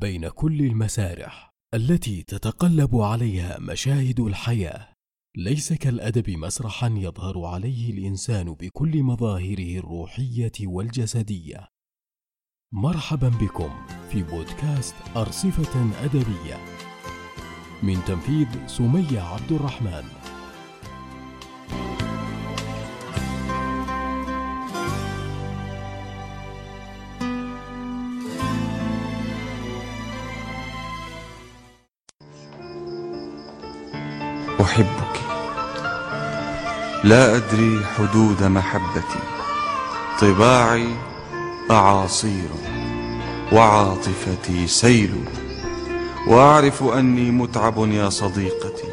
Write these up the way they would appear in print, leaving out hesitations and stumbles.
بين كل المسارح التي تتقلب عليها مشاهد الحياة، ليس كالأدب مسرحا يظهر عليه الإنسان بكل مظاهره الروحية والجسدية. مرحبا بكم في بودكاست أرصفة أدبية من تنفيذ سمية عبد الرحمن. أحبك، لا أدري حدود محبتي، طباعي أعاصير وعاطفتي سيل، وأعرف أني متعب يا صديقتي.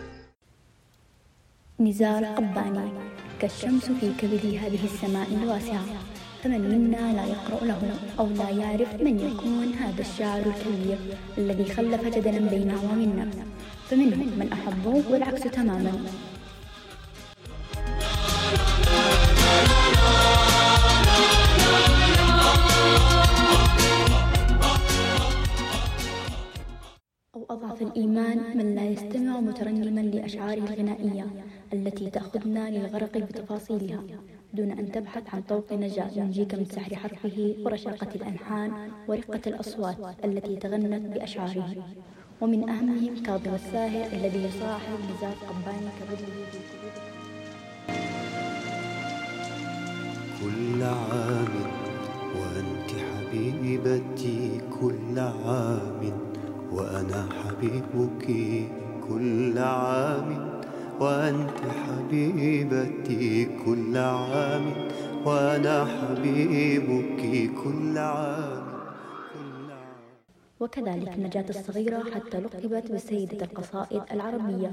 نزار قباني. كالشمس في كبد هذه السماء الواسعة، فمن منا لا يقرأ له أو لا يعرف من يكون هذا الشاعر الكبير الذي خلف جدلا بين عوام الناس، فمنهم من أحبوه والعكس تماما. أو أضعف الإيمان من لا يستمع مترنما لأشعاره الغنائية التي تأخذنا للغرق بتفاصيلها دون أن تبحث عن طوق نجاة ينجيك من سحر حرفه ورشاقة الألحان ورقة الأصوات التي تغنت بأشعاره. ومن أهمهم كاظم الساهر الذي يصاحب نزار قباني كبدله. كل عام وأنت حبيبتي، كل عام وأنا حبيبك، كل عام وأنت حبيبتي، كل عام وأنا حبيبك، كل عام. وكذلك نجاة الصغيرة حتى لقبت بسيدة القصائد العربية.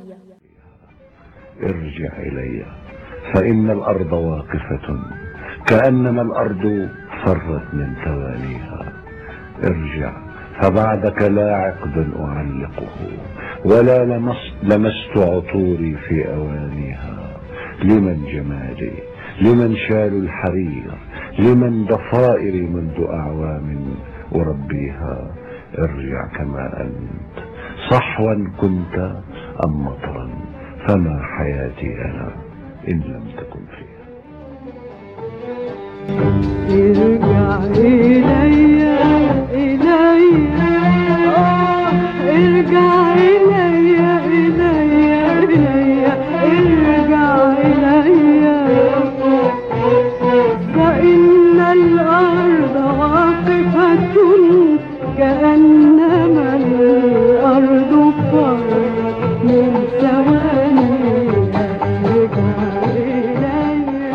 ارجع إلي فإن الأرض واقفة كأنما الأرض فرت من ثوانيها. ارجع فبعدك لا عقد أعلقه ولا لمست عطوري في أوانيها. لمن جمالي، لمن شال الحرير، لمن ضفائري منذ أعوام أربيها. ارجع كما أنت، صحوا كنت أم مطرا، فما حياتي أنا إن لم تكن فيها. ارجع إلي ارجع إلي ارجع إلي، فإن الأرض واقفة كأنما الأرض فرت من ثوانيها. ارجع إلي.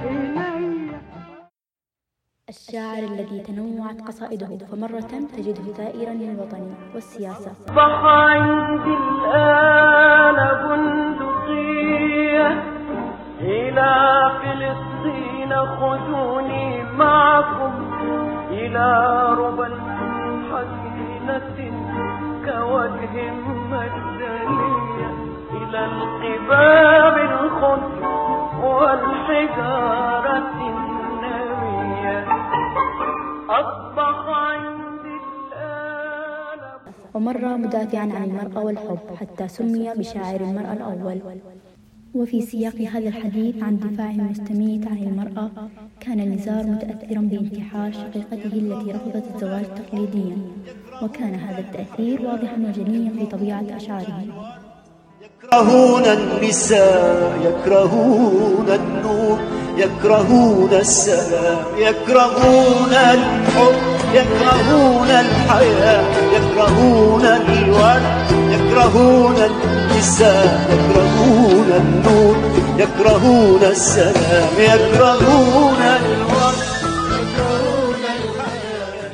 الشاعر الذي تنوعت قصائده، فمرة تجده ثائرا للوطن والسياسة. أصبح عندي الآن بندقية إلى فلسطين، خذوني معكم إلى ربى حزينة كوجه مجدلية، إلى القباب الخضر والحجارة النامية. أصبح عندي الآن. ومر مدافعا عن المرأة والحب حتى سمي بشاعر المرأة الأول. وفي سياق هذا الحديث عن دفاعه المستميت عن المرأة، كان نزار متأثرا بانتحار شقيقته التي رفضت الزواج تقليديا، وكان هذا التأثير واضحا وجليا في طبيعة أشعاره. يكرهون النساء، يكرهون النور، يكرهون السلام، يكرهون الحب، يكرهون الحياة، يكرهون الورد، يكرهون النساء، يكرهون النور، يكرهون السلام، يكرهون الورد، يكرهون الحياة.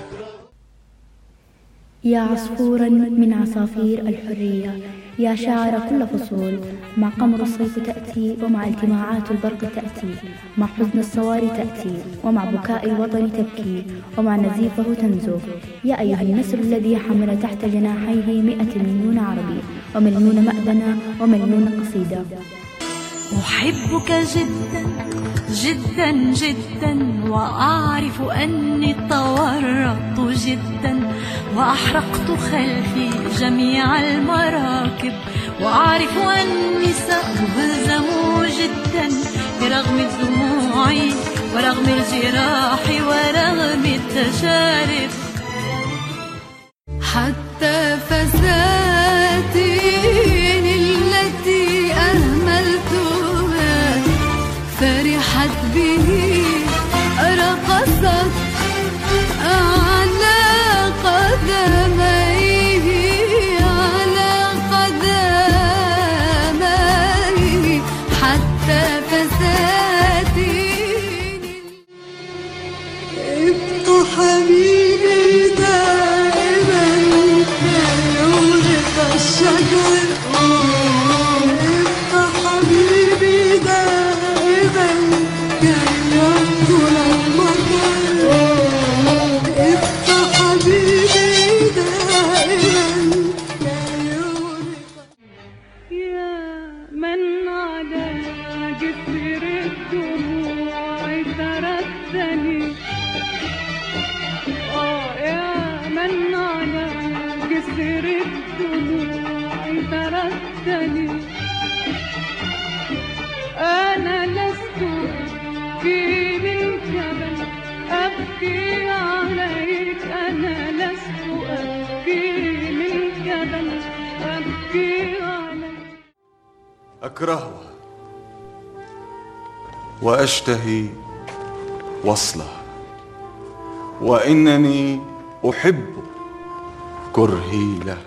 يا عصفورا من عصافير الحرية، يا شاعر كل فصول، مع قمر الصيف تأتي، ومع التماعات البرق تأتي، مع حزن الصواري تأتي، ومع بكاء الوطن تبكي، ومع نزيفه تنزف. يا أيها النسر الذي حمل تحت جناحيه 100 مليون عربي، ومليون مأذنة، ومليون قصيدة. أحبك جدا جدا جدا، وأعرف أني تورطت جدا، وأحرقت خلفي جميع المراكب، وأعرف أني سأهزم جدا برغم دموعي ورغم الجراح ورغم التجارب. حتى فساتين التي أهملتها فرحت به، رقصت على قدميه على قدميه. حتى فساتين ابقى حبيبي دائما كيورق الشجر، ابقى حبيبي دائما كيركل المطر، ابقى حبيبي دائما كيورق. يا من على جسر الدموع تركتني، يا من على جسر الدموع تركتني، أنا لست أبكي منك بل أبكي عليك، أنا لست أبكي منك بل أبكي عليك. أكرهها وأشتهي وصلها، وإنني أحب كرهي لها.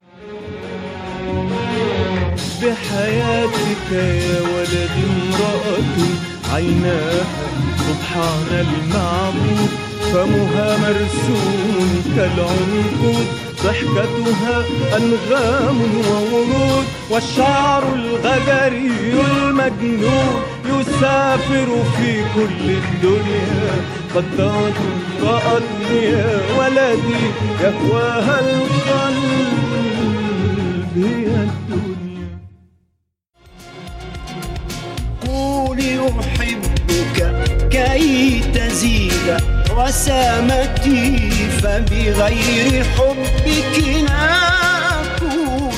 بحياتك يا ولد امرأة عيناها سبحان المعبود، فمها مرسوم كالعنقود، ضحكتها أنغام وورود، والشعر الغجري المجنون يسافر في كل الدنيا. قد رأتني يا ولدي يهواها القلب هي الدنيا. قولي أحبك كي تزيد وسامتي، فبغير حبك نكون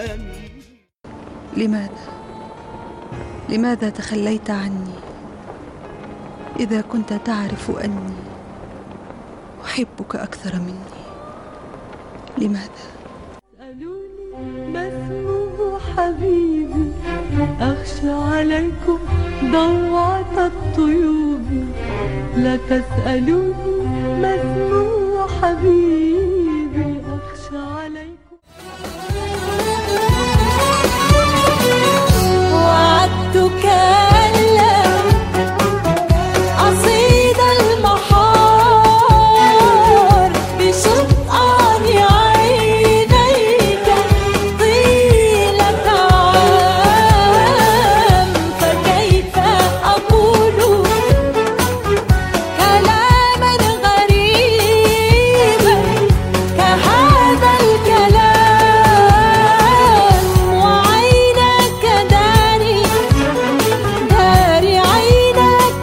جميل. لماذا تخليت عني إذا كنت تعرف أني أحبك أكثر مني؟ لماذا؟ اسألوني ما اسمه حبيبي، أخشى عليكم ضوعة الطيوب. لا تسألوني ما اسمه حبيبي، أخشى عليكم. وعدتك ألا أصيد المحار بشطآن عينيك طيلة عام، فكيف أقول كلاما غريبا كهذا الكلام، وعينك داري داري، عينك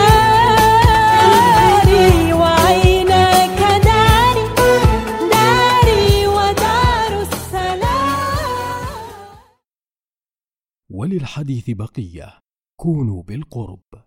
داري وعينك داري داري ودار السلام. وللحديث بقية، كونوا بالقرب.